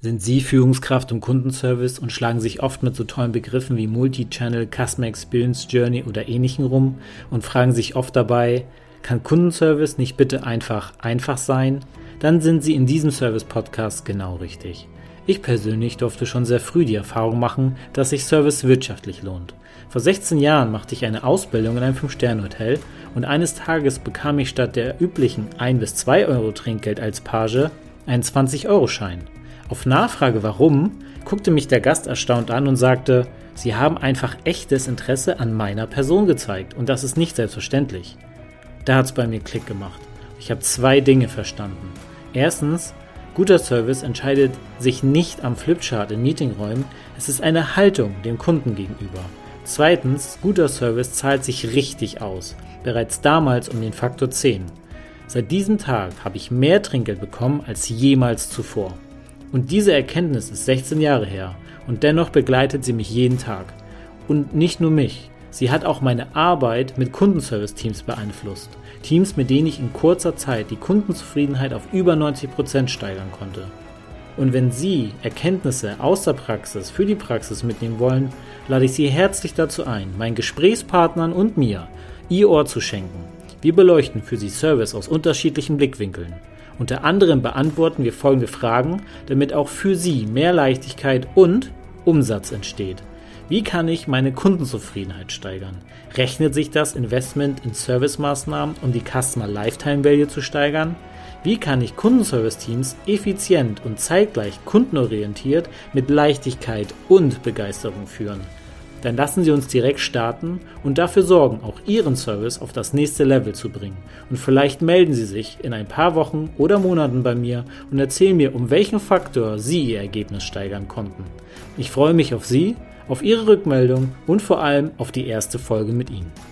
Sind Sie Führungskraft im Kundenservice und schlagen sich oft mit so tollen Begriffen wie Multi-Channel, Customer Experience Journey oder Ähnlichem rum und fragen sich oft dabei, kann Kundenservice nicht bitte einfach sein? Dann sind Sie in diesem Service-Podcast genau richtig. Ich persönlich durfte schon sehr früh die Erfahrung machen, dass sich Service wirtschaftlich lohnt. Vor 16 Jahren machte ich eine Ausbildung in einem 5-Sterne-Hotel und eines Tages bekam ich statt der üblichen 1 bis 2 Euro Trinkgeld als Page einen 20-Euro-Schein. Auf Nachfrage warum, guckte mich der Gast erstaunt an und sagte, Sie haben einfach echtes Interesse an meiner Person gezeigt und das ist nicht selbstverständlich. Da hat's bei mir Klick gemacht. Ich habe 2 Dinge verstanden. Erstens, guter Service entscheidet sich nicht am Flipchart in Meetingräumen, es ist eine Haltung dem Kunden gegenüber. Zweitens, guter Service zahlt sich richtig aus, bereits damals um den Faktor 10. Seit diesem Tag habe ich mehr Trinkgeld bekommen als jemals zuvor. Und diese Erkenntnis ist 16 Jahre her und dennoch begleitet sie mich jeden Tag. Und nicht nur mich, sie hat auch meine Arbeit mit Kundenservice-Teams beeinflusst. Teams, mit denen ich in kurzer Zeit die Kundenzufriedenheit auf über 90% steigern konnte. Und wenn Sie Erkenntnisse aus der Praxis für die Praxis mitnehmen wollen, lade ich Sie herzlich dazu ein, meinen Gesprächspartnern und mir Ihr Ohr zu schenken. Wir beleuchten für Sie Service aus unterschiedlichen Blickwinkeln. Unter anderem beantworten wir folgende Fragen, damit auch für Sie mehr Leichtigkeit und Umsatz entsteht. Wie kann ich meine Kundenzufriedenheit steigern? Rechnet sich das Investment in Servicemaßnahmen, um die Customer Lifetime Value zu steigern? Wie kann ich Kundenservice-Teams effizient und zeitgleich kundenorientiert mit Leichtigkeit und Begeisterung führen? Dann lassen Sie uns direkt starten und dafür sorgen, auch Ihren Service auf das nächste Level zu bringen. Und vielleicht melden Sie sich in ein paar Wochen oder Monaten bei mir und erzählen mir, um welchen Faktor Sie Ihr Ergebnis steigern konnten. Ich freue mich auf Sie, auf Ihre Rückmeldung und vor allem auf die erste Folge mit Ihnen.